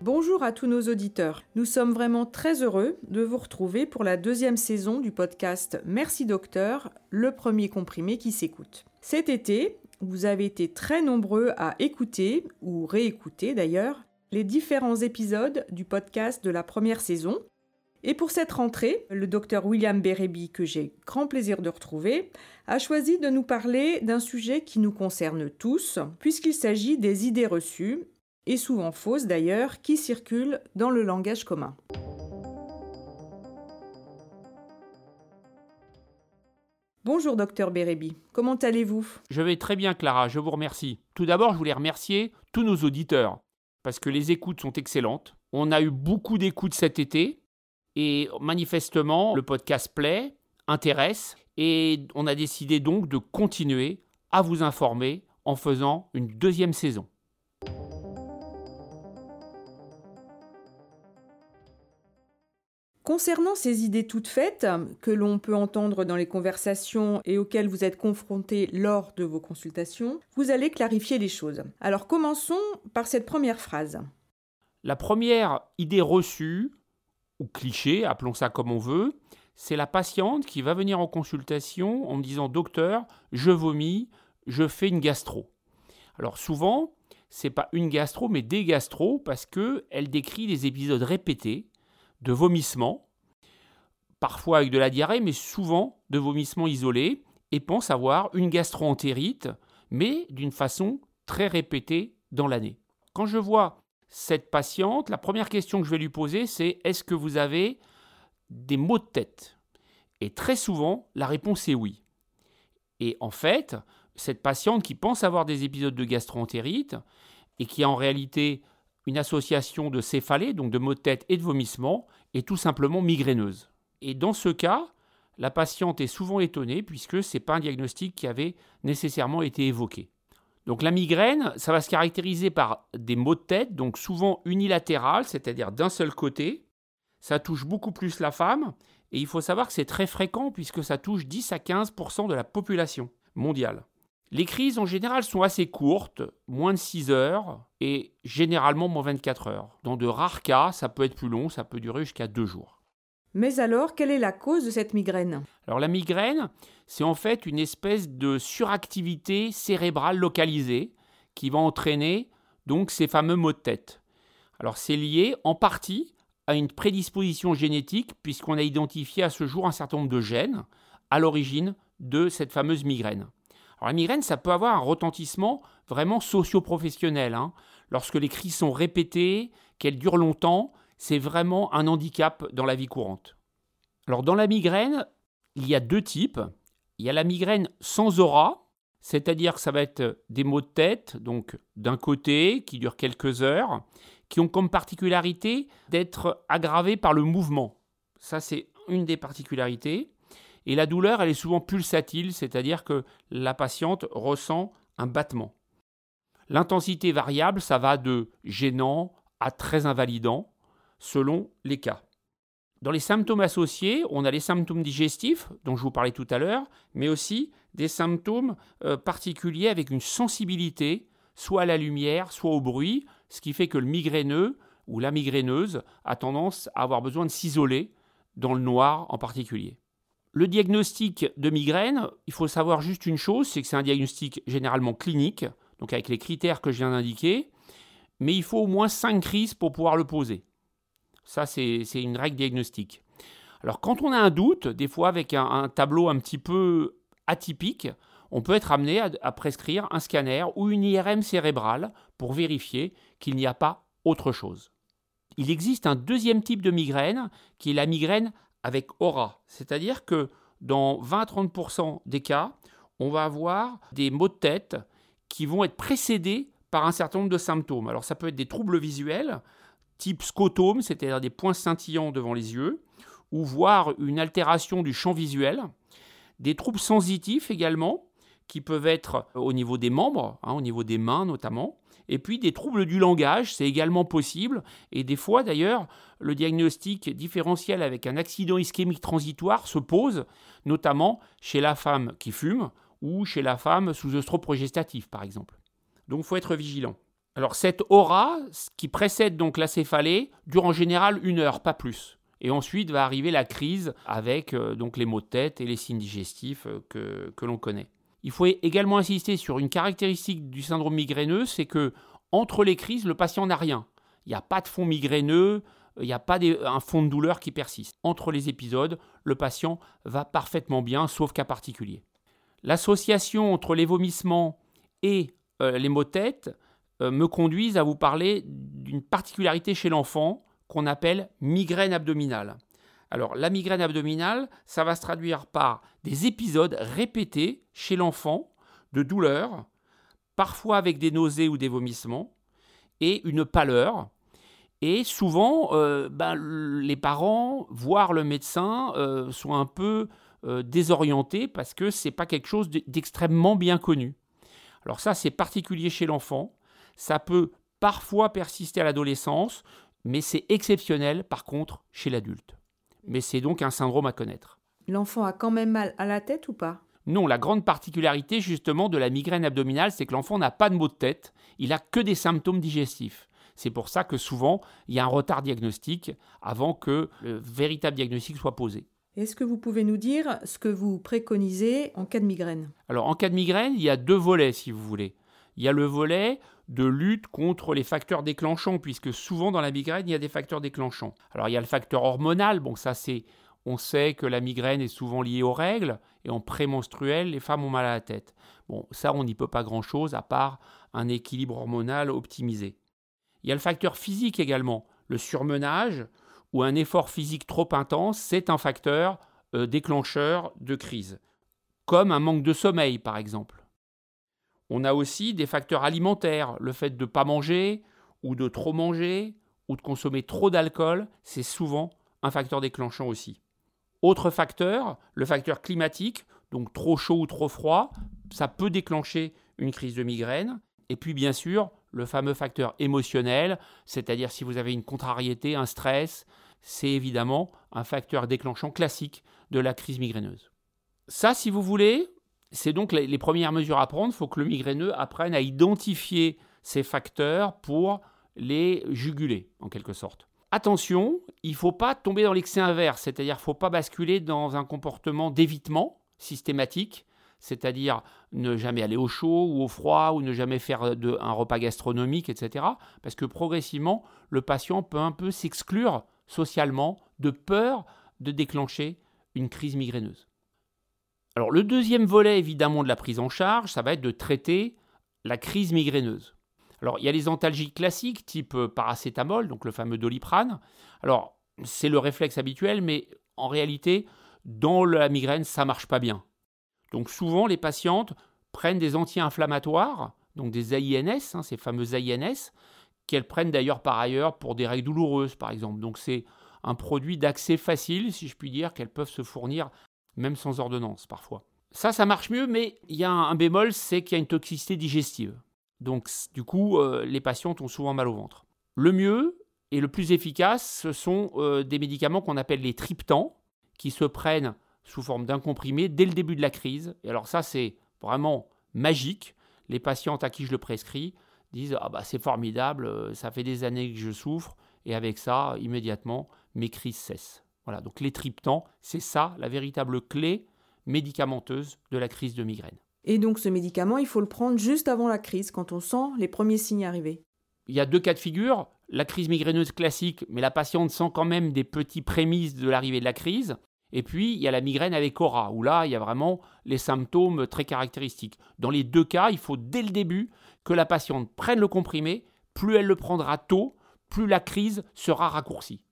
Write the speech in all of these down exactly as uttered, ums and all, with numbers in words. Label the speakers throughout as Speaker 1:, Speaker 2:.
Speaker 1: Bonjour à tous nos auditeurs. Nous sommes vraiment très heureux de vous retrouver pour la deuxième saison du podcast Merci Docteur, le premier comprimé qui s'écoute. Cet été, vous avez été très nombreux à écouter, ou réécouter d'ailleurs, les différents épisodes du podcast de la première saison. Et pour cette rentrée, le docteur William Bérébi, que j'ai grand plaisir de retrouver, a choisi de nous parler d'un sujet qui nous concerne tous, puisqu'il s'agit des idées reçues, et souvent fausses d'ailleurs, qui circulent dans le langage commun. Bonjour docteur Bérébi, comment allez-vous ?
Speaker 2: Je vais très bien Clara, je vous remercie. Tout d'abord, je voulais remercier tous nos auditeurs, parce que les écoutes sont excellentes. On a eu beaucoup d'écoutes cet été, et manifestement, le podcast plaît, intéresse, et on a décidé donc de continuer à vous informer en faisant une deuxième saison.
Speaker 1: Concernant ces idées toutes faites, que l'on peut entendre dans les conversations et auxquelles vous êtes confrontés lors de vos consultations, vous allez clarifier les choses. Alors commençons par cette première phrase.
Speaker 2: La première idée reçue, ou cliché, appelons ça comme on veut, c'est la patiente qui va venir en consultation en me disant « Docteur, je vomis, je fais une gastro ». Alors souvent, ce n'est pas une gastro, mais des gastros, parce qu'elle décrit des épisodes répétés de vomissements, parfois avec de la diarrhée, mais souvent de vomissements isolés, et pense avoir une gastro-entérite, mais d'une façon très répétée dans l'année. Quand je vois cette patiente, la première question que je vais lui poser, c'est « Est-ce que vous avez des maux de tête ?» Et très souvent, la réponse est oui. Et en fait, cette patiente qui pense avoir des épisodes de gastro-entérite et qui a en réalité une association de céphalée, donc de maux de tête et de vomissements, est tout simplement migraineuse. Et dans ce cas, la patiente est souvent étonnée puisque ce n'est pas un diagnostic qui avait nécessairement été évoqué. Donc la migraine, ça va se caractériser par des maux de tête, donc souvent unilatérales, c'est-à-dire d'un seul côté. Ça touche beaucoup plus la femme et il faut savoir que c'est très fréquent puisque ça touche dix à quinze pour cent de la population mondiale. Les crises, en général, sont assez courtes, moins de six heures, et généralement moins vingt-quatre heures. Dans de rares cas, ça peut être plus long, ça peut durer jusqu'à deux jours.
Speaker 1: Mais alors, quelle est la cause de cette migraine ?
Speaker 2: Alors la migraine, c'est en fait une espèce de suractivité cérébrale localisée qui va entraîner donc ces fameux maux de tête. Alors c'est lié en partie à une prédisposition génétique, puisqu'on a identifié à ce jour un certain nombre de gènes à l'origine de cette fameuse migraine. Alors la migraine, ça peut avoir un retentissement vraiment socio-professionnel. Hein. Lorsque les crises sont répétées, qu'elles durent longtemps, c'est vraiment un handicap dans la vie courante. Alors dans la migraine, il y a deux types. Il y a la migraine sans aura, c'est-à-dire que ça va être des maux de tête, donc d'un côté, qui durent quelques heures, qui ont comme particularité d'être aggravés par le mouvement. Ça, c'est une des particularités. Et la douleur, elle est souvent pulsatile, c'est-à-dire que la patiente ressent un battement. L'intensité variable, ça va de gênant à très invalidant, selon les cas. Dans les symptômes associés, on a les symptômes digestifs, dont je vous parlais tout à l'heure, mais aussi des symptômes euh, particuliers avec une sensibilité, soit à la lumière, soit au bruit, ce qui fait que le migraineux ou la migraineuse a tendance à avoir besoin de s'isoler, dans le noir en particulier. Le diagnostic de migraine, il faut savoir juste une chose, c'est que c'est un diagnostic généralement clinique, donc avec les critères que je viens d'indiquer, mais il faut au moins cinq crises pour pouvoir le poser. Ça, c'est, c'est une règle diagnostique. Alors, quand on a un doute, des fois avec un, un tableau un petit peu atypique, on peut être amené à, à prescrire un scanner ou une I R M cérébrale pour vérifier qu'il n'y a pas autre chose. Il existe un deuxième type de migraine qui est la migraine avec aura, c'est-à-dire que dans vingt à trente pour cent des cas, on va avoir des maux de tête qui vont être précédés par un certain nombre de symptômes. Alors ça peut être des troubles visuels, type scotome, c'est-à-dire des points scintillants devant les yeux, ou voire une altération du champ visuel, des troubles sensitifs également, qui peuvent être au niveau des membres, hein, au niveau des mains notamment, et puis des troubles du langage, c'est également possible, et des fois d'ailleurs, le diagnostic différentiel avec un accident ischémique transitoire se pose, notamment chez la femme qui fume, ou chez la femme sous œstrogestatif par exemple. Donc il faut être vigilant. Alors cette aura, qui précède donc la céphalée, dure en général une heure, pas plus. Et ensuite va arriver la crise avec euh, donc les maux de tête et les signes digestifs euh, que, que l'on connaît. Il faut également insister sur une caractéristique du syndrome migraineux, c'est que entre les crises, le patient n'a rien. Il n'y a pas de fond migraineux, il n'y a pas des, un fond de douleur qui persiste. Entre les épisodes, le patient va parfaitement bien, sauf cas particulier. L'association entre les vomissements et euh, les maux de tête euh, me conduisent à vous parler d'une particularité chez l'enfant qu'on appelle migraine abdominale. Alors la migraine abdominale, ça va se traduire par des épisodes répétés chez l'enfant de douleur, parfois avec des nausées ou des vomissements, et une pâleur. Et souvent, euh, ben, les parents, voire le médecin, euh, sont un peu euh, désorientés parce que ce n'est pas quelque chose d'extrêmement bien connu. Alors ça, c'est particulier chez l'enfant. Ça peut parfois persister à l'adolescence, mais c'est exceptionnel, par contre, chez l'adulte. Mais c'est donc un syndrome à connaître.
Speaker 1: L'enfant a quand même mal à la tête ou pas ?
Speaker 2: Non, la grande particularité justement de la migraine abdominale, c'est que l'enfant n'a pas de maux de tête, il n'a que des symptômes digestifs. C'est pour ça que souvent, il y a un retard diagnostique avant que le véritable diagnostic soit posé.
Speaker 1: Est-ce que vous pouvez nous dire ce que vous préconisez en cas de migraine ?
Speaker 2: Alors, en cas de migraine, il y a deux volets, si vous voulez. Il y a le volet de lutte contre les facteurs déclenchants, puisque souvent dans la migraine, il y a des facteurs déclenchants. Alors, il y a le facteur hormonal. Bon, ça, c'est... On sait que la migraine est souvent liée aux règles, et en prémenstruel, les femmes ont mal à la tête. Bon, ça, on n'y peut pas grand-chose, à part un équilibre hormonal optimisé. Il y a le facteur physique également. Le surmenage ou un effort physique trop intense, c'est un facteur euh, déclencheur de crise, comme un manque de sommeil, par exemple. On a aussi des facteurs alimentaires. Le fait de ne pas manger, ou de trop manger, ou de consommer trop d'alcool, c'est souvent un facteur déclenchant aussi. Autre facteur, le facteur climatique, donc trop chaud ou trop froid, ça peut déclencher une crise de migraine. Et puis bien sûr, le fameux facteur émotionnel, c'est-à-dire si vous avez une contrariété, un stress, c'est évidemment un facteur déclenchant classique de la crise migraineuse. Ça, si vous voulez, c'est donc les premières mesures à prendre. Il faut que le migraineux apprenne à identifier ces facteurs pour les juguler, en quelque sorte. Attention, il ne faut pas tomber dans l'excès inverse, c'est-à-dire qu'il ne faut pas basculer dans un comportement d'évitement systématique, c'est-à-dire ne jamais aller au chaud ou au froid ou ne jamais faire de, un repas gastronomique, et cetera. Parce que progressivement, le patient peut un peu s'exclure socialement de peur de déclencher une crise migraineuse. Alors le deuxième volet évidemment de la prise en charge, ça va être de traiter la crise migraineuse. Alors il y a les antalgiques classiques type paracétamol, donc le fameux Doliprane. Alors c'est le réflexe habituel, mais en réalité, dans la migraine, ça ne marche pas bien. Donc souvent, les patientes prennent des anti-inflammatoires, donc des A I N S, hein, ces fameux A I N S, qu'elles prennent d'ailleurs par ailleurs pour des règles douloureuses, par exemple. Donc c'est un produit d'accès facile, si je puis dire, qu'elles peuvent se fournir, même sans ordonnance parfois. Ça, ça marche mieux, mais il y a un bémol, c'est qu'il y a une toxicité digestive. Donc du coup, euh, les patientes ont souvent mal au ventre. Le mieux et le plus efficace, ce sont euh, des médicaments qu'on appelle les triptans, qui se prennent sous forme d'un comprimé dès le début de la crise. Et alors ça, c'est vraiment magique. Les patientes à qui je le prescris disent « Ah bah c'est formidable, ça fait des années que je souffre, et avec ça, immédiatement, mes crises cessent. » Voilà, donc les triptans, c'est ça, la véritable clé médicamenteuse de la crise de migraine.
Speaker 1: Et donc ce médicament, il faut le prendre juste avant la crise, quand on sent les premiers signes arriver.
Speaker 2: Il y a deux cas de figure, la crise migraineuse classique, mais la patiente sent quand même des petits prémices de l'arrivée de la crise. Et puis, il y a la migraine avec aura, où là, il y a vraiment les symptômes très caractéristiques. Dans les deux cas, il faut dès le début que la patiente prenne le comprimé. Plus elle le prendra tôt, plus la crise sera raccourcie.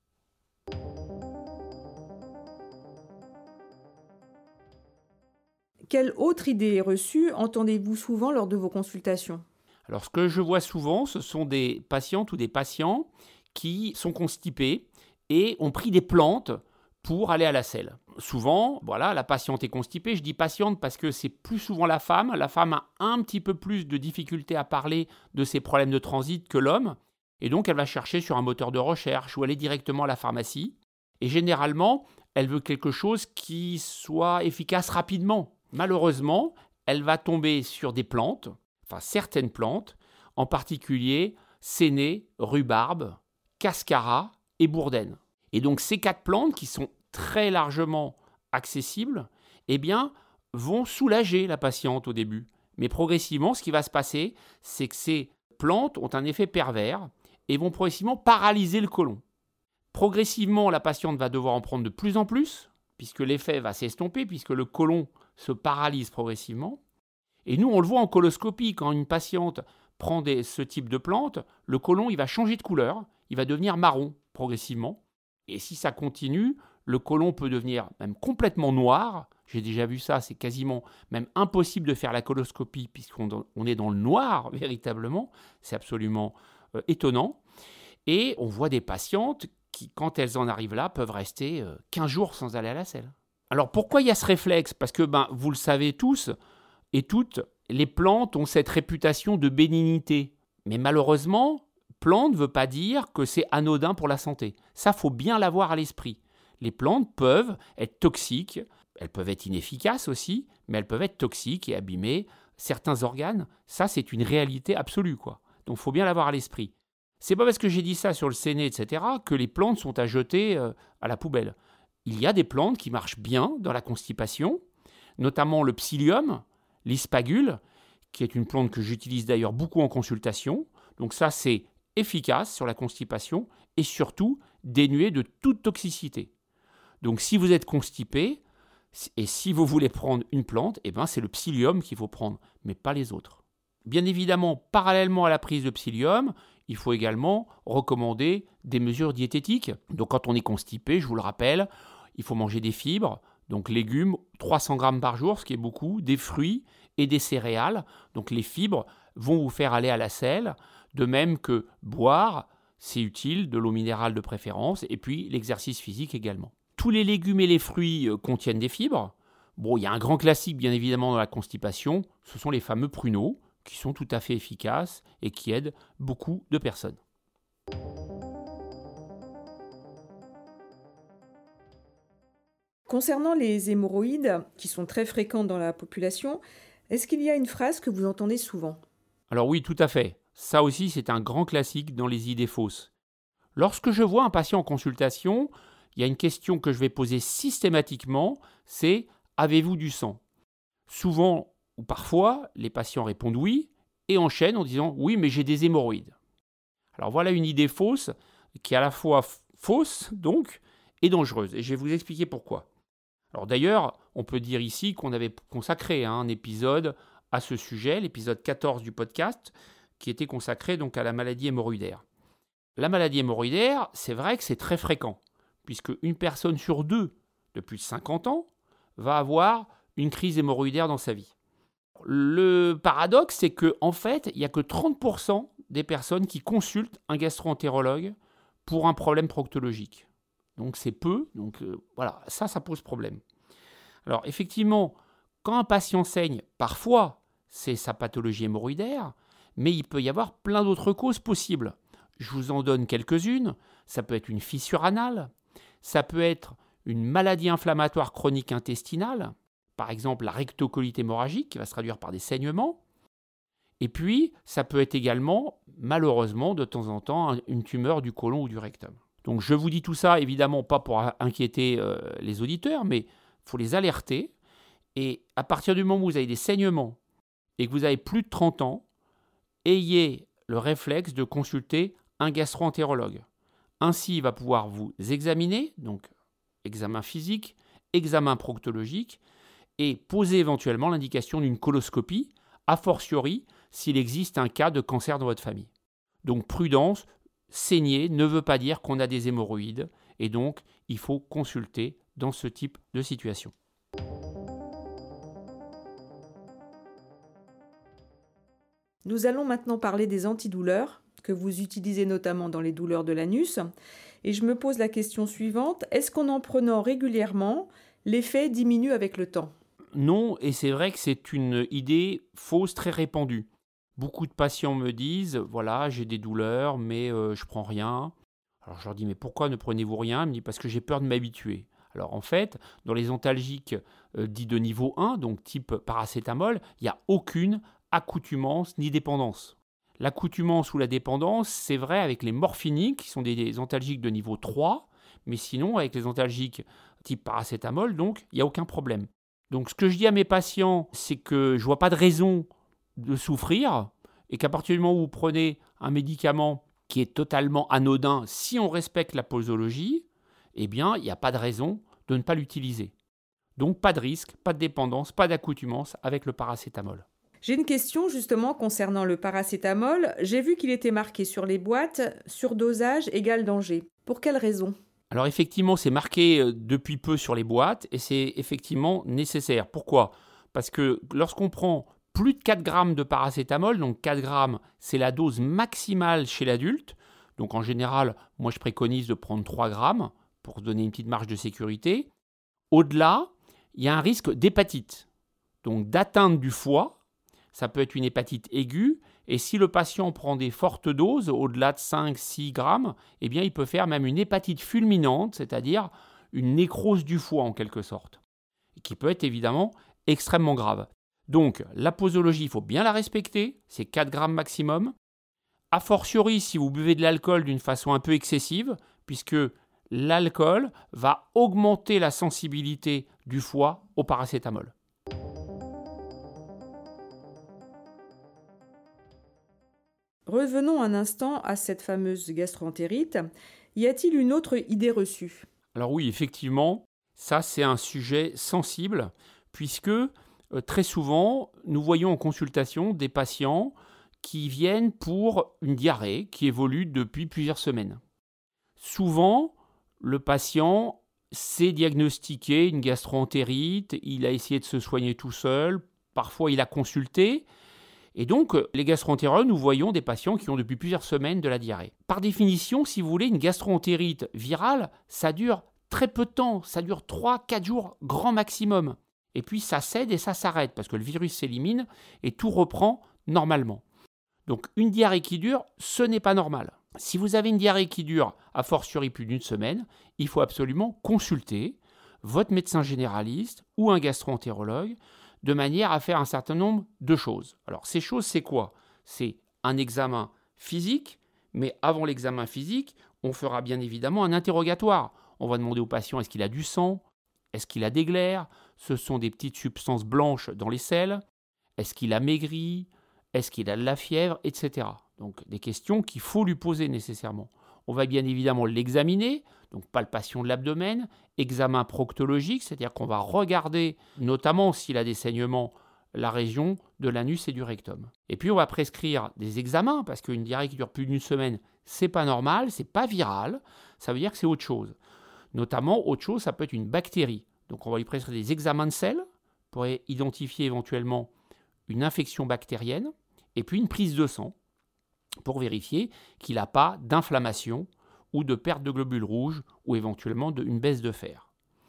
Speaker 1: Quelle autre idée reçue entendez-vous souvent lors de vos consultations ?
Speaker 2: Alors, ce que je vois souvent, ce sont des patientes ou des patients qui sont constipés et ont pris des plantes pour aller à la selle. Souvent, voilà, la patiente est constipée. Je dis patiente parce que c'est plus souvent la femme. La femme a un petit peu plus de difficulté à parler de ses problèmes de transit que l'homme. Et donc, elle va chercher sur un moteur de recherche ou aller directement à la pharmacie. Et généralement, elle veut quelque chose qui soit efficace rapidement. Malheureusement, elle va tomber sur des plantes, enfin certaines plantes, en particulier séné, rhubarbe, cascara et bourdaine. Et donc ces quatre plantes qui sont très largement accessibles, eh bien, vont soulager la patiente au début. Mais progressivement, ce qui va se passer, c'est que ces plantes ont un effet pervers et vont progressivement paralyser le côlon. Progressivement, la patiente va devoir en prendre de plus en plus, puisque l'effet va s'estomper, puisque le côlon se paralyse progressivement. Et nous, on le voit en coloscopie, quand une patiente prend des, ce type de plante, le côlon il va changer de couleur, il va devenir marron progressivement. Et si ça continue, le côlon peut devenir même complètement noir. J'ai déjà vu ça, c'est quasiment même impossible de faire la coloscopie puisqu'on on est dans le noir véritablement. C'est absolument euh, étonnant. Et on voit des patientes qui, quand elles en arrivent là, peuvent rester euh, quinze jours sans aller à la selle. Alors pourquoi il y a ce réflexe ? Parce que ben, vous le savez tous et toutes, les plantes ont cette réputation de bénignité. Mais malheureusement, plante ne veut pas dire que c'est anodin pour la santé. Ça, faut bien l'avoir à l'esprit. Les plantes peuvent être toxiques, elles peuvent être inefficaces aussi, mais elles peuvent être toxiques et abîmer certains organes. Ça, c'est une réalité absolue, quoi. Donc, il faut bien l'avoir à l'esprit. C'est pas parce que j'ai dit ça sur le séné, et cetera, que les plantes sont à jeter euh, à la poubelle. Il y a des plantes qui marchent bien dans la constipation, notamment le psyllium, l'ispagule, qui est une plante que j'utilise d'ailleurs beaucoup en consultation. Donc ça, c'est efficace sur la constipation et surtout dénué de toute toxicité. Donc si vous êtes constipé et si vous voulez prendre une plante, eh ben, c'est le psyllium qu'il faut prendre, mais pas les autres. Bien évidemment, parallèlement à la prise de psyllium, il faut également recommander des mesures diététiques. Donc quand on est constipé, je vous le rappelle, il faut manger des fibres, donc légumes, trois cents grammes par jour, ce qui est beaucoup, des fruits et des céréales. Donc les fibres vont vous faire aller à la selle, de même que boire, c'est utile, de l'eau minérale de préférence, et puis l'exercice physique également. Tous les légumes et les fruits contiennent des fibres. Bon, il y a un grand classique, bien évidemment, dans la constipation, ce sont les fameux pruneaux, qui sont tout à fait efficaces et qui aident beaucoup de personnes.
Speaker 1: Concernant les hémorroïdes, qui sont très fréquentes dans la population, est-ce qu'il y a une phrase que vous entendez souvent ?
Speaker 2: Alors oui, tout à fait. Ça aussi, c'est un grand classique dans les idées fausses. Lorsque je vois un patient en consultation, il y a une question que je vais poser systématiquement, c'est « avez-vous du sang ?» Souvent ou parfois, les patients répondent oui et enchaînent en disant « oui, mais j'ai des hémorroïdes ». Alors voilà une idée fausse qui est à la fois fausse, donc, et dangereuse. Et je vais vous expliquer pourquoi. Alors d'ailleurs, on peut dire ici qu'on avait consacré hein, un épisode à ce sujet, l'épisode quatorze du podcast, qui était consacré donc à la maladie hémorroïdaire. La maladie hémorroïdaire, c'est vrai que c'est très fréquent, puisque une personne sur deux de plus de cinquante ans va avoir une crise hémorroïdaire dans sa vie. Le paradoxe, c'est qu'en en fait, il n'y a que trente pour cent des personnes qui consultent un gastro-entérologue pour un problème proctologique. Donc c'est peu, donc euh, voilà, ça, ça pose problème. Alors effectivement, quand un patient saigne, parfois, c'est sa pathologie hémorroïdaire, mais il peut y avoir plein d'autres causes possibles. Je vous en donne quelques-unes. Ça peut être une fissure anale, ça peut être une maladie inflammatoire chronique intestinale, par exemple la rectocolite hémorragique qui va se traduire par des saignements. Et puis, ça peut être également, malheureusement, de temps en temps, une tumeur du côlon ou du rectum. Donc je vous dis tout ça, évidemment, pas pour inquiéter euh, les auditeurs, mais il faut les alerter. Et à partir du moment où vous avez des saignements et que vous avez plus de trente ans, ayez le réflexe de consulter un gastro-entérologue. Ainsi, il va pouvoir vous examiner, donc examen physique, examen proctologique, et poser éventuellement l'indication d'une coloscopie, a fortiori s'il existe un cas de cancer dans votre famille. Donc prudence, saigner ne veut pas dire qu'on a des hémorroïdes, et donc il faut consulter dans ce type de situation.
Speaker 1: Nous allons maintenant parler des antidouleurs, que vous utilisez notamment dans les douleurs de l'anus. Et je me pose la question suivante, est-ce qu'en en prenant régulièrement, l'effet diminue avec le temps ?
Speaker 2: Non, et c'est vrai que c'est une idée fausse très répandue. Beaucoup de patients me disent, voilà, j'ai des douleurs, mais euh, je prends rien. Alors je leur dis, mais pourquoi ne prenez-vous rien ? Ils me disent, parce que j'ai peur de m'habituer. Alors en fait, dans les antalgiques euh, dits de niveau un, donc type paracétamol, il n'y a aucune accoutumance ni dépendance. L'accoutumance ou la dépendance, c'est vrai avec les morphiniques, qui sont des antalgiques de niveau trois, mais sinon, avec les antalgiques type paracétamol, donc, il n'y a aucun problème. Donc, ce que je dis à mes patients, c'est que je ne vois pas de raison de souffrir, et qu'à partir du moment où vous prenez un médicament qui est totalement anodin, si on respecte la posologie, eh bien, il n'y a pas de raison de ne pas l'utiliser. Donc, pas de risque, pas de dépendance, pas d'accoutumance avec le paracétamol.
Speaker 1: J'ai une question justement concernant le paracétamol. J'ai vu qu'il était marqué sur les boîtes « Surdosage égale danger ». Pour quelle raison ?
Speaker 2: Alors effectivement, c'est marqué depuis peu sur les boîtes et c'est effectivement nécessaire. Pourquoi ? Parce que lorsqu'on prend plus de quatre grammes de paracétamol, donc quatre grammes, c'est la dose maximale chez l'adulte. Donc en général, moi je préconise de prendre trois grammes pour se donner une petite marge de sécurité. Au-delà, il y a un risque d'hépatite, donc d'atteinte du foie. Ça peut être une hépatite aiguë, et si le patient prend des fortes doses, au-delà de cinq à six grammes, eh bien il peut faire même une hépatite fulminante, c'est-à-dire une nécrose du foie en quelque sorte, qui peut être évidemment extrêmement grave. Donc la posologie, il faut bien la respecter, c'est quatre grammes maximum. A fortiori, si vous buvez de l'alcool d'une façon un peu excessive, puisque l'alcool va augmenter la sensibilité du foie au paracétamol.
Speaker 1: Revenons un instant à cette fameuse gastroentérite. Y a-t-il une autre idée reçue ?
Speaker 2: Alors oui, effectivement, ça c'est un sujet sensible, puisque euh, très souvent, nous voyons en consultation des patients qui viennent pour une diarrhée qui évolue depuis plusieurs semaines. Souvent, le patient s'est diagnostiqué une gastroentérite, il a essayé de se soigner tout seul, parfois il a consulté. Et donc, les gastroentérologues, nous voyons des patients qui ont depuis plusieurs semaines de la diarrhée. Par définition, si vous voulez, une gastroentérite virale, ça dure très peu de temps, ça dure trois à quatre jours, grand maximum. Et puis ça cède et ça s'arrête, parce que le virus s'élimine et tout reprend normalement. Donc une diarrhée qui dure, ce n'est pas normal. Si vous avez une diarrhée qui dure a fortiori plus d'une semaine, il faut absolument consulter votre médecin généraliste ou un gastroentérologue, de manière à faire un certain nombre de choses. Alors ces choses, c'est quoi ? C'est un examen physique, mais avant l'examen physique, on fera bien évidemment un interrogatoire. On va demander au patient est-ce qu'il a du sang ? Est-ce qu'il a des glaires ? Ce sont des petites substances blanches dans les selles. Est-ce qu'il a maigri ? Est-ce qu'il a de la fièvre ? Etc. Donc des questions qu'il faut lui poser nécessairement. On va bien évidemment l'examiner, donc palpation de l'abdomen, examen proctologique, c'est-à-dire qu'on va regarder, notamment s'il a des saignements, la région de l'anus et du rectum. Et puis on va prescrire des examens, parce qu'une diarrhée qui dure plus d'une semaine, c'est pas normal, c'est pas viral, ça veut dire que c'est autre chose. Notamment, autre chose, ça peut être une bactérie. Donc on va lui prescrire des examens de sel pour identifier éventuellement une infection bactérienne, et puis une prise de sang pour vérifier qu'il n'a pas d'inflammation ou de perte de globules rouges ou éventuellement de, une baisse de fer.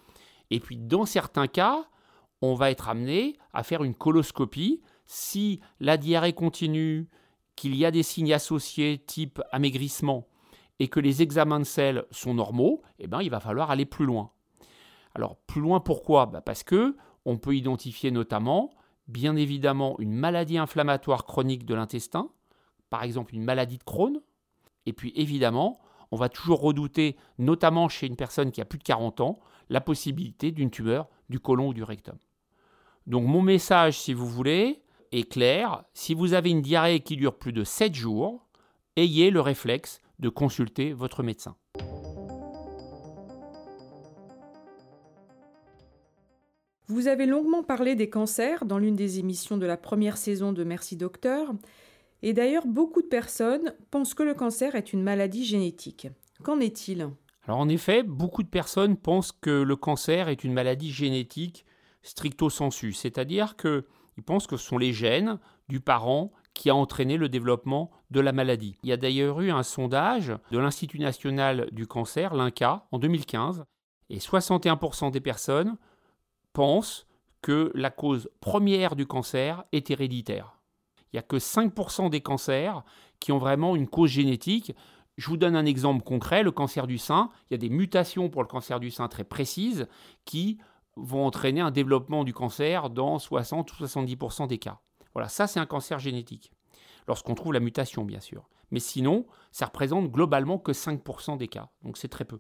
Speaker 2: Et puis dans certains cas, on va être amené à faire une coloscopie. Si la diarrhée continue, qu'il y a des signes associés type amaigrissement et que les examens de sel sont normaux, eh ben, il va falloir aller plus loin. Alors plus loin pourquoi ? Ben parce que on peut identifier notamment, bien évidemment, une maladie inflammatoire chronique de l'intestin, par exemple une maladie de Crohn, et puis évidemment, on va toujours redouter, notamment chez une personne qui a plus de quarante ans, la possibilité d'une tumeur du côlon ou du rectum. Donc mon message, si vous voulez, est clair. Si vous avez une diarrhée qui dure plus de sept jours, ayez le réflexe de consulter votre médecin.
Speaker 1: Vous avez longuement parlé des cancers dans l'une des émissions de la première saison de Merci Docteur. Et d'ailleurs, beaucoup de personnes pensent que le cancer est une maladie génétique. Qu'en est-il ?
Speaker 2: Alors en effet, beaucoup de personnes pensent que le cancer est une maladie génétique stricto sensu, c'est-à-dire qu'ils pensent que ce sont les gènes du parent qui a entraîné le développement de la maladie. Il y a d'ailleurs eu un sondage de l'Institut national du cancer, l'I N C A, en deux mille quinze, et soixante et un pour cent des personnes pensent que la cause première du cancer est héréditaire. Il n'y a que cinq pour cent des cancers qui ont vraiment une cause génétique. Je vous donne un exemple concret, le cancer du sein. Il y a des mutations pour le cancer du sein très précises qui vont entraîner un développement du cancer dans soixante ou soixante-dix pour cent des cas. Voilà, ça c'est un cancer génétique. lorsqu'on trouve la mutation bien sûr. Mais sinon, ça représente globalement que cinq pour cent des cas, donc c'est très peu.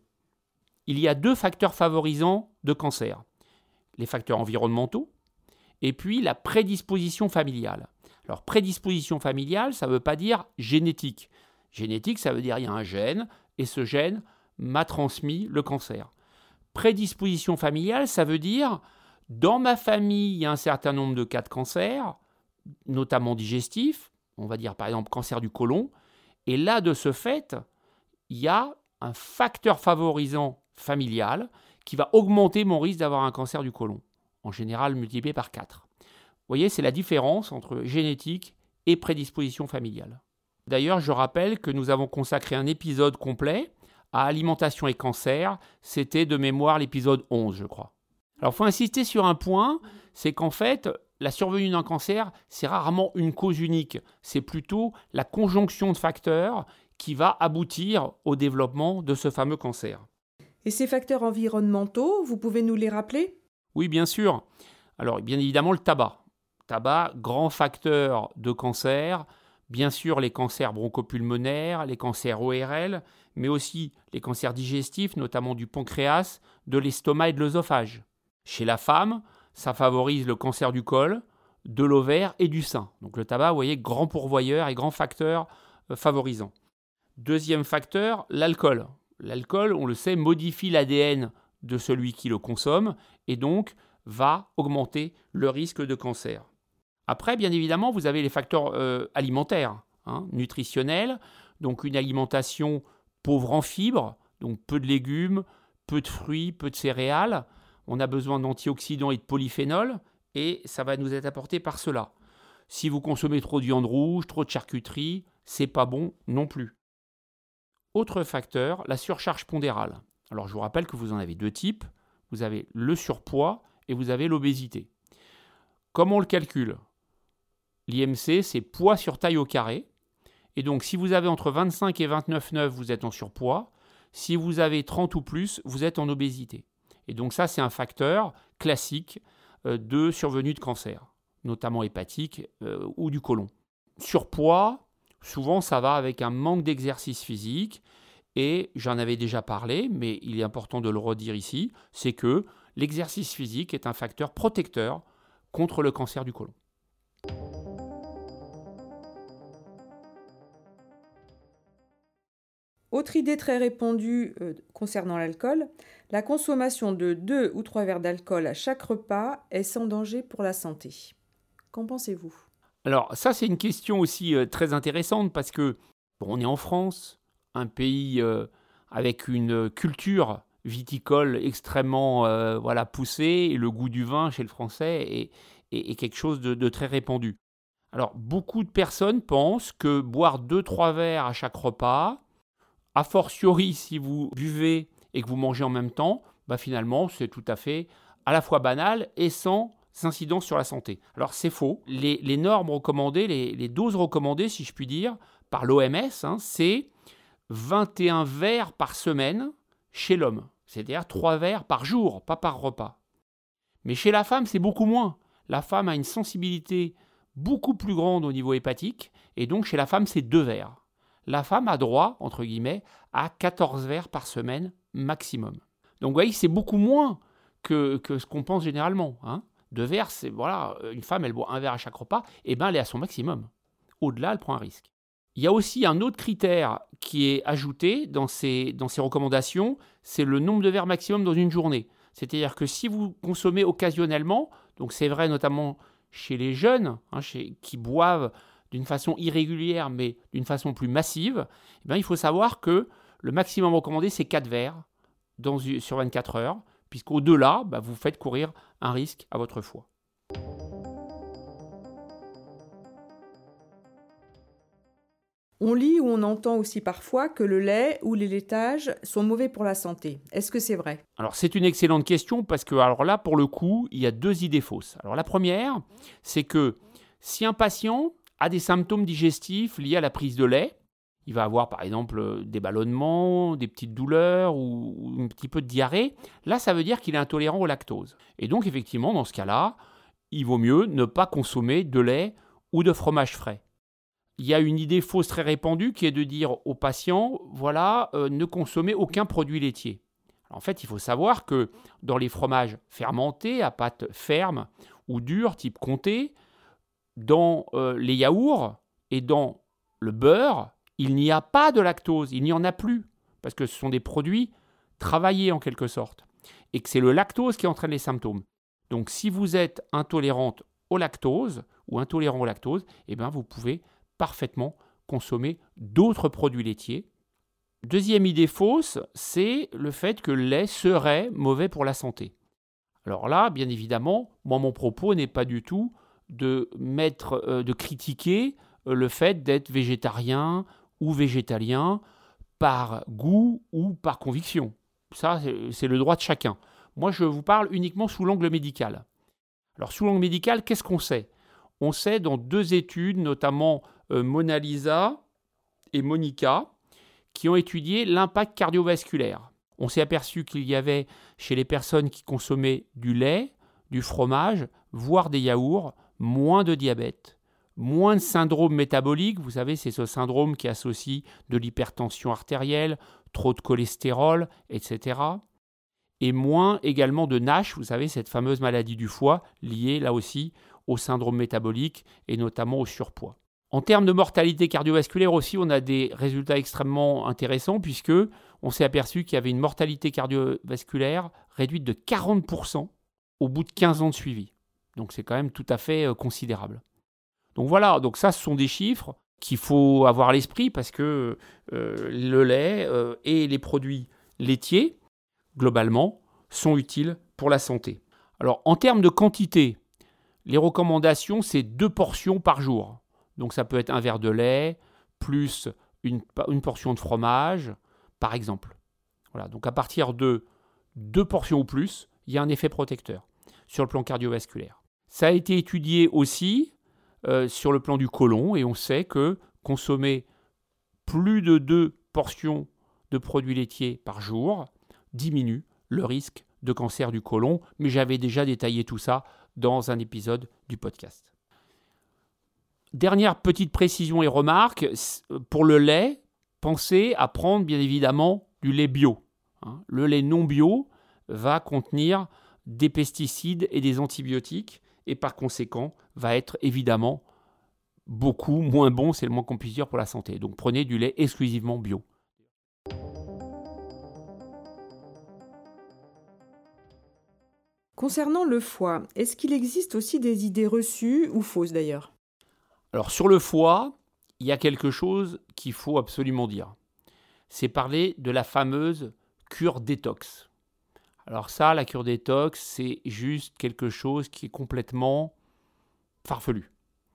Speaker 2: Il y a deux facteurs favorisants de cancer, les facteurs environnementaux et puis la prédisposition familiale. Alors prédisposition familiale, ça ne veut pas dire génétique. Génétique, ça veut dire qu'il y a un gène et ce gène m'a transmis le cancer. Prédisposition familiale, ça veut dire dans ma famille, il y a un certain nombre de cas de cancer, notamment digestifs, on va dire par exemple cancer du côlon, et là de ce fait, il y a un facteur favorisant familial qui va augmenter mon risque d'avoir un cancer du côlon, en général multiplié par quatre. Vous voyez, c'est la différence entre génétique et prédisposition familiale. D'ailleurs, je rappelle que nous avons consacré un épisode complet à alimentation et cancer, c'était de mémoire l'épisode onze, je crois. Alors, il faut insister sur un point, c'est qu'en fait, la survenue d'un cancer, c'est rarement une cause unique. C'est plutôt la conjonction de facteurs qui va aboutir au développement de ce fameux cancer.
Speaker 1: Et ces facteurs environnementaux, vous pouvez nous les rappeler ?
Speaker 2: Oui, bien sûr. Alors, bien évidemment, le tabac. Tabac, grand facteur de cancer. Bien sûr, les cancers bronchopulmonaires, les cancers O R L, mais aussi les cancers digestifs, notamment du pancréas, de l'estomac et de l'œsophage. Chez la femme, ça favorise le cancer du col, de l'ovaire et du sein. Donc le tabac, vous voyez, grand pourvoyeur et grand facteur euh, favorisant. Deuxième facteur, l'alcool. L'alcool, on le sait, modifie l'A D N de celui qui le consomme et donc va augmenter le risque de cancer. Après, bien évidemment, vous avez les facteurs euh, alimentaires, hein, nutritionnels, donc une alimentation pauvre en fibres, donc peu de légumes, peu de fruits, peu de céréales. On a besoin d'antioxydants et de polyphénols, et ça va nous être apporté par cela. Si vous consommez trop de viande rouge, trop de charcuterie, c'est pas bon non plus. Autre facteur, la surcharge pondérale. Alors je vous rappelle que vous en avez deux types. Vous avez le surpoids et vous avez l'obésité. Comment on le calcule ? L'I M C, c'est poids sur taille au carré. Et donc, si vous avez entre vingt-cinq et vingt-neuf virgule neuf, vous êtes en surpoids. Si vous avez trente ou plus, vous êtes en obésité. Et donc ça, c'est un facteur classique euh, de survenue de cancer, notamment hépatique euh, ou du côlon. Surpoids, souvent, ça va avec un manque d'exercice physique. Et j'en avais déjà parlé, mais il est important de le redire ici, c'est que l'exercice physique est un facteur protecteur contre le cancer du côlon.
Speaker 1: Autre idée très répandue euh, concernant l'alcool, la consommation de deux ou trois verres d'alcool à chaque repas est sans danger pour la santé. Qu'en pensez-vous ?
Speaker 2: Alors ça, c'est une question aussi euh, très intéressante parce que bon, on est en France, un pays euh, avec une culture viticole extrêmement euh, voilà, poussée, et le goût du vin chez le Français est, est, est quelque chose de, de très répandu. Alors, beaucoup de personnes pensent que boire deux trois verres à chaque repas, a fortiori si vous buvez et que vous mangez en même temps, bah finalement, c'est tout à fait à la fois banal et sans incidence sur la santé. Alors, c'est faux. Les, les normes recommandées, les, les doses recommandées, si je puis dire, par l'O M S, hein, c'est vingt et un verres par semaine chez l'homme. C'est-à-dire trois verres par jour, pas par repas. Mais chez la femme, c'est beaucoup moins. La femme a une sensibilité beaucoup plus grande au niveau hépatique, et donc chez la femme, c'est deux verres. La femme a droit, entre guillemets, à quatorze verres par semaine maximum. Donc vous voyez, c'est beaucoup moins que, que ce qu'on pense généralement. Hein. Deux verres, c'est, voilà, une femme, elle boit un verre à chaque repas, et bien elle est à son maximum. Au-delà, elle prend un risque. Il y a aussi un autre critère qui est ajouté dans ces, dans ces recommandations, c'est le nombre de verres maximum dans une journée. C'est-à-dire que si vous consommez occasionnellement, donc c'est vrai notamment chez les jeunes, hein, chez, qui boivent d'une façon irrégulière, mais d'une façon plus massive, eh bien, il faut savoir que le maximum recommandé, c'est quatre verres dans, sur vingt-quatre heures, puisqu'au-delà, bah, vous faites courir un risque à votre foie.
Speaker 1: On lit ou on entend aussi parfois que le lait ou les laitages sont mauvais pour la santé. Est-ce que c'est vrai ?
Speaker 2: Alors, c'est une excellente question parce que, alors là, pour le coup, il y a deux idées fausses. Alors, la première, c'est que si un patient a des symptômes digestifs liés à la prise de lait, il va avoir par exemple des ballonnements, des petites douleurs ou, ou un petit peu de diarrhée. Là, ça veut dire qu'il est intolérant au lactose. Et donc, effectivement, dans ce cas-là, il vaut mieux ne pas consommer de lait ou de fromage frais. il y a une idée fausse très répandue qui est de dire aux patients, voilà, euh, ne consommez aucun produit laitier. Alors, en fait, il faut savoir que dans les fromages fermentés, à pâte ferme ou dure, type comté, dans euh, les yaourts et dans le beurre, il n'y a pas de lactose, il n'y en a plus, parce que ce sont des produits travaillés en quelque sorte, et que c'est le lactose qui entraîne les symptômes. Donc si vous êtes intolérante au lactose ou intolérant au lactose, eh bien, vous pouvez parfaitement consommer d'autres produits laitiers. Deuxième idée fausse, c'est le fait que le lait serait mauvais pour la santé. Alors là, bien évidemment, moi mon propos n'est pas du tout de mettre, euh, de critiquer euh, le fait d'être végétarien ou végétalien par goût ou par conviction. Ça, c'est, c'est le droit de chacun. Moi, je vous parle uniquement sous l'angle médical. Alors, sous l'angle médical, qu'est-ce qu'on sait ? On sait dans deux études, notamment euh, Mona Lisa et Monica, qui ont étudié l'impact cardiovasculaire. On s'est aperçu qu'il y avait chez les personnes qui consommaient du lait, du fromage, voire des yaourts, moins de diabète, moins de syndrome métabolique. Vous savez, c'est ce syndrome qui associe de l'hypertension artérielle, trop de cholestérol, et cetera. Et moins également de NASH, vous savez, cette fameuse maladie du foie liée là aussi au syndrome métabolique et notamment au surpoids. En termes de mortalité cardiovasculaire aussi, on a des résultats extrêmement intéressants puisque on s'est aperçu qu'il y avait une mortalité cardiovasculaire réduite de quarante pour cent au bout de quinze ans de suivi. Donc c'est quand même tout à fait euh, considérable. Donc voilà, donc ça ce sont des chiffres qu'il faut avoir à l'esprit parce que euh, le lait euh, et les produits laitiers, globalement, sont utiles pour la santé. Alors en termes de quantité, les recommandations c'est deux portions par jour. Donc ça peut être un verre de lait plus une, une portion de fromage, par exemple. Voilà, donc à partir de deux portions ou plus, il y a un effet protecteur sur le plan cardiovasculaire. Ça a été étudié aussi euh, sur le plan du côlon et on sait que consommer plus de deux portions de produits laitiers par jour diminue le risque de cancer du côlon, mais j'avais déjà détaillé tout ça dans un épisode du podcast. Dernière petite précision et remarque, pour le lait, pensez à prendre bien évidemment du lait bio. Le lait non bio va contenir des pesticides et des antibiotiques et par conséquent va être évidemment beaucoup moins bon, c'est le moins qu'on puisse dire pour la santé. Donc prenez du lait exclusivement bio.
Speaker 1: Concernant le foie, est-ce qu'il existe aussi des idées reçues ou fausses d'ailleurs ?
Speaker 2: Alors sur le foie, il y a quelque chose qu'il faut absolument dire. C'est parler de la fameuse cure détox. Alors ça, la cure détox, c'est juste quelque chose qui est complètement farfelu.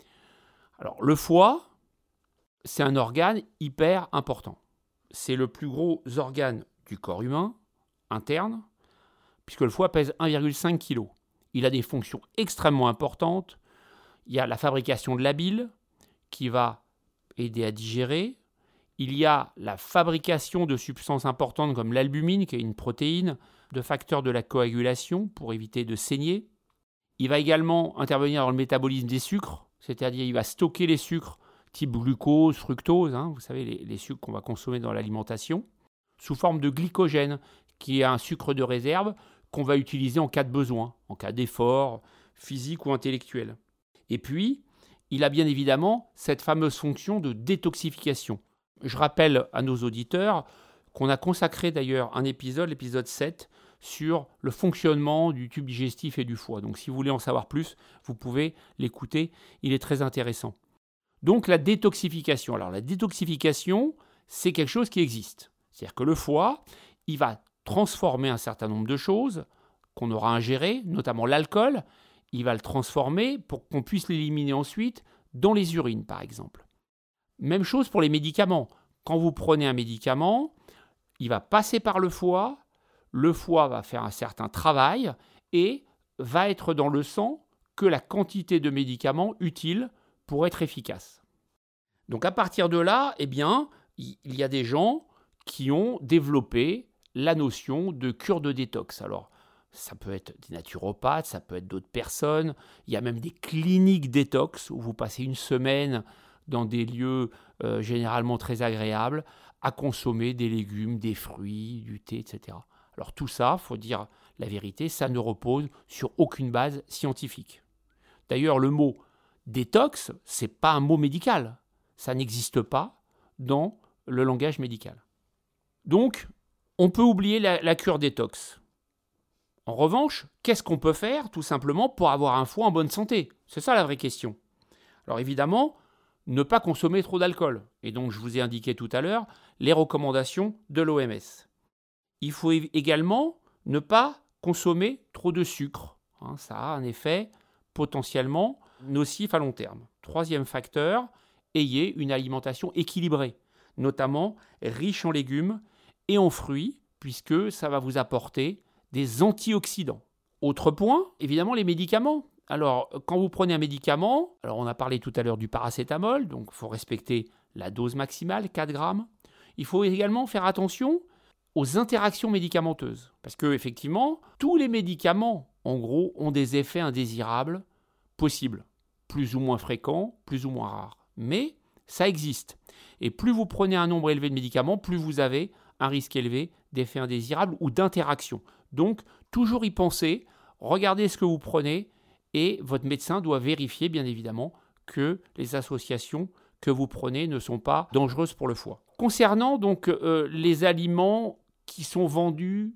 Speaker 2: Alors le foie, c'est un organe hyper important. C'est le plus gros organe du corps humain, interne, puisque le foie pèse un virgule cinq kilos. Il a des fonctions extrêmement importantes. Il y a la fabrication de la bile qui va aider à digérer. Il y a la fabrication de substances importantes comme l'albumine, qui est une protéine, de facteurs de la coagulation pour éviter de saigner. Il va également intervenir dans le métabolisme des sucres, c'est-à-dire il va stocker les sucres type glucose, fructose, hein, vous savez, les, les sucres qu'on va consommer dans l'alimentation, sous forme de glycogène, qui est un sucre de réserve qu'on va utiliser en cas de besoin, en cas d'effort physique ou intellectuel. Et puis, il a bien évidemment cette fameuse fonction de détoxification. Je rappelle à nos auditeurs qu'on a consacré d'ailleurs un épisode, l'épisode sept, sur le fonctionnement du tube digestif et du foie. Donc si vous voulez en savoir plus, vous pouvez l'écouter, il est très intéressant. Donc la détoxification. Alors la détoxification, c'est quelque chose qui existe. C'est-à-dire que le foie, il va transformer un certain nombre de choses qu'on aura ingérées, notamment l'alcool. Il va le transformer pour qu'on puisse l'éliminer ensuite dans les urines, par exemple. Même chose pour les médicaments. Quand vous prenez un médicament, il va passer par le foie, le foie va faire un certain travail et va être dans le sang que la quantité de médicaments utile pour être efficace. Donc à partir de là, eh bien, il y a des gens qui ont développé la notion de cure de détox. Alors, ça peut être des naturopathes, ça peut être d'autres personnes. Il y a même des cliniques détox où vous passez une semaine dans des lieux euh, généralement très agréables, à consommer des légumes, des fruits, du thé, et cetera. Alors tout ça, il faut dire la vérité, ça ne repose sur aucune base scientifique. D'ailleurs, le mot détox, ce n'est pas un mot médical. Ça n'existe pas dans le langage médical. Donc, on peut oublier la, la cure détox. En revanche, qu'est-ce qu'on peut faire tout simplement pour avoir un foie en bonne santé? C'est ça la vraie question. Alors évidemment, ne pas consommer trop d'alcool. Et donc, je vous ai indiqué tout à l'heure les recommandations de l'O M S. Il faut également ne pas consommer trop de sucre. Hein, ça a un effet potentiellement nocif à long terme. Troisième facteur, ayez une alimentation équilibrée, notamment riche en légumes et en fruits, puisque ça va vous apporter des antioxydants. Autre point, évidemment, les médicaments. Alors, quand vous prenez un médicament, alors on a parlé tout à l'heure du paracétamol, donc il faut respecter la dose maximale, quatre grammes. Il faut également faire attention aux interactions médicamenteuses. Parce que, effectivement, tous les médicaments, en gros, ont des effets indésirables possibles. Plus ou moins fréquents, plus ou moins rares. Mais ça existe. Et plus vous prenez un nombre élevé de médicaments, plus vous avez un risque élevé d'effets indésirables ou d'interactions. Donc, toujours y penser, regardez ce que vous prenez et votre médecin doit vérifier, bien évidemment, que les associations que vous prenez ne sont pas dangereuses pour le foie. Concernant donc euh, les aliments qui sont vendus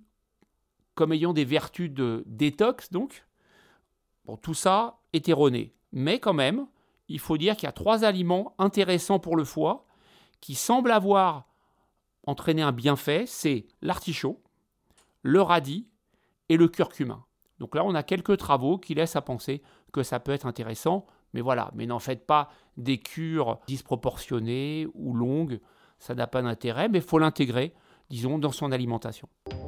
Speaker 2: comme ayant des vertus de détox, donc, bon, tout ça est erroné. Mais quand même, il faut dire qu'il y a trois aliments intéressants pour le foie qui semblent avoir entraîné un bienfait, c'est l'artichaut, le radis et le curcuma. Donc là, on a quelques travaux qui laissent à penser que ça peut être intéressant, mais voilà, mais n'en faites pas des cures disproportionnées ou longues, ça n'a pas d'intérêt, mais il faut l'intégrer, disons, dans son alimentation.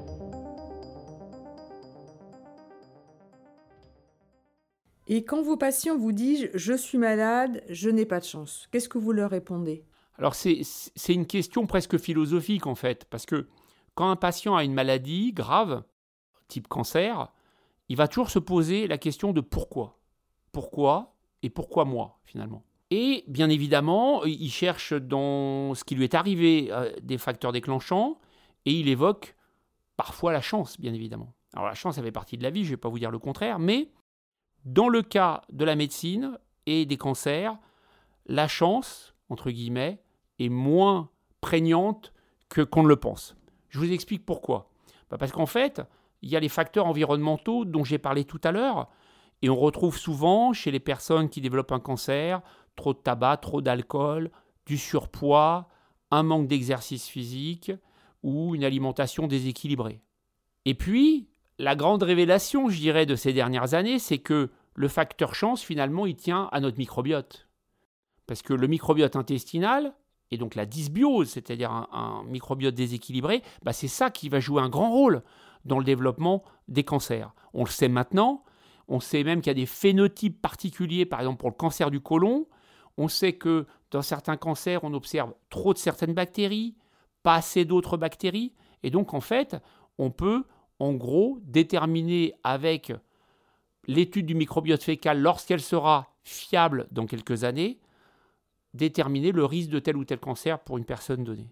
Speaker 1: Et quand vos patients vous disent « je suis malade, je n'ai pas de chance », qu'est-ce que vous leur répondez?
Speaker 2: Alors c'est, c'est une question presque philosophique en fait, parce que quand un patient a une maladie grave, type cancer, il va toujours se poser la question de pourquoi. Pourquoi et pourquoi moi finalement. Et bien évidemment, il cherche dans ce qui lui est arrivé euh, des facteurs déclenchants et il évoque parfois la chance, bien évidemment. Alors la chance, ça fait partie de la vie, je ne vais pas vous dire le contraire, mais dans le cas de la médecine et des cancers, la chance, entre guillemets, est moins prégnante que qu'on ne le pense. Je vous explique pourquoi. Bah parce qu'en fait, il y a les facteurs environnementaux dont j'ai parlé tout à l'heure, et on retrouve souvent chez les personnes qui développent un cancer, trop de tabac, trop d'alcool, du surpoids, un manque d'exercice physique ou une alimentation déséquilibrée. Et puis, la grande révélation, je dirais, de ces dernières années, c'est que le facteur chance, finalement, il tient à notre microbiote. Parce que le microbiote intestinal, et donc la dysbiose, c'est-à-dire un, un microbiote déséquilibré, bah c'est ça qui va jouer un grand rôle dans le développement des cancers. On le sait maintenant, on sait même qu'il y a des phénotypes particuliers, par exemple pour le cancer du côlon. On sait que dans certains cancers, on observe trop de certaines bactéries, pas assez d'autres bactéries. Et donc, en fait, on peut, en gros, déterminer avec l'étude du microbiote fécal, lorsqu'elle sera fiable dans quelques années, déterminer le risque de tel ou tel cancer pour une personne donnée.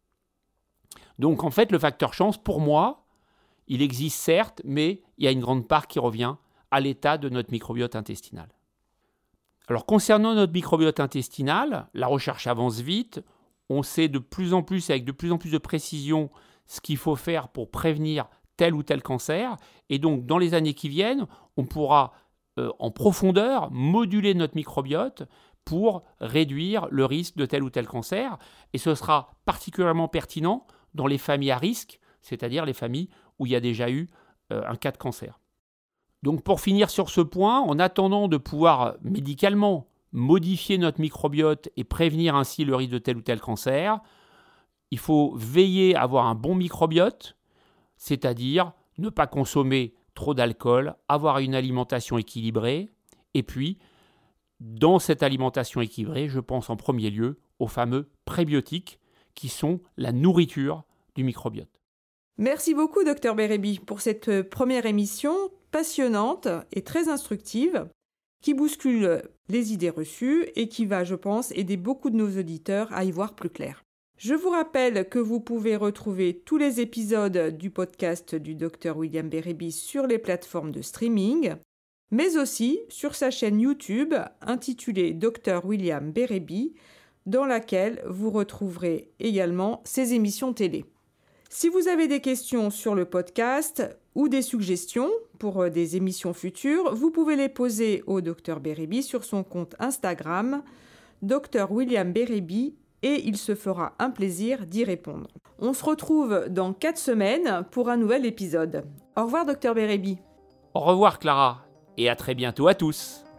Speaker 2: Donc, en fait, le facteur chance, pour moi, il existe certes, mais il y a une grande part qui revient à l'état de notre microbiote intestinal. Alors, concernant notre microbiote intestinal, la recherche avance vite. On sait de plus en plus, avec de plus en plus de précision, ce qu'il faut faire pour prévenir tel ou tel cancer. Et donc, dans les années qui viennent, on pourra euh, en profondeur moduler notre microbiote pour réduire le risque de tel ou tel cancer. Et ce sera particulièrement pertinent dans les familles à risque, c'est-à-dire les familles où il y a déjà eu euh, un cas de cancer. Donc pour finir sur ce point, en attendant de pouvoir médicalement modifier notre microbiote et prévenir ainsi le risque de tel ou tel cancer, il faut veiller à avoir un bon microbiote, c'est-à-dire ne pas consommer trop d'alcool, avoir une alimentation équilibrée, et puis dans cette alimentation équilibrée, je pense en premier lieu aux fameux prébiotiques qui sont la nourriture du microbiote.
Speaker 1: Merci beaucoup, docteur Bérébi, pour cette première émission passionnante et très instructive. qui bouscule les idées reçues et qui va, je pense, aider beaucoup de nos auditeurs à y voir plus clair. Je vous rappelle que vous pouvez retrouver tous les épisodes du podcast du docteur William Bérébi sur les plateformes de streaming, mais aussi sur sa chaîne YouTube intitulée docteur William Bérébi, dans laquelle vous retrouverez également ses émissions télé. Si vous avez des questions sur le podcast ou des suggestions pour des émissions futures, vous pouvez les poser au docteur Bérébi sur son compte Instagram, docteur William Bérébi, et il se fera un plaisir d'y répondre. On se retrouve dans quatre semaines pour un nouvel épisode. Au revoir, docteur Bérébi.
Speaker 2: Au revoir, Clara, et à très bientôt à tous.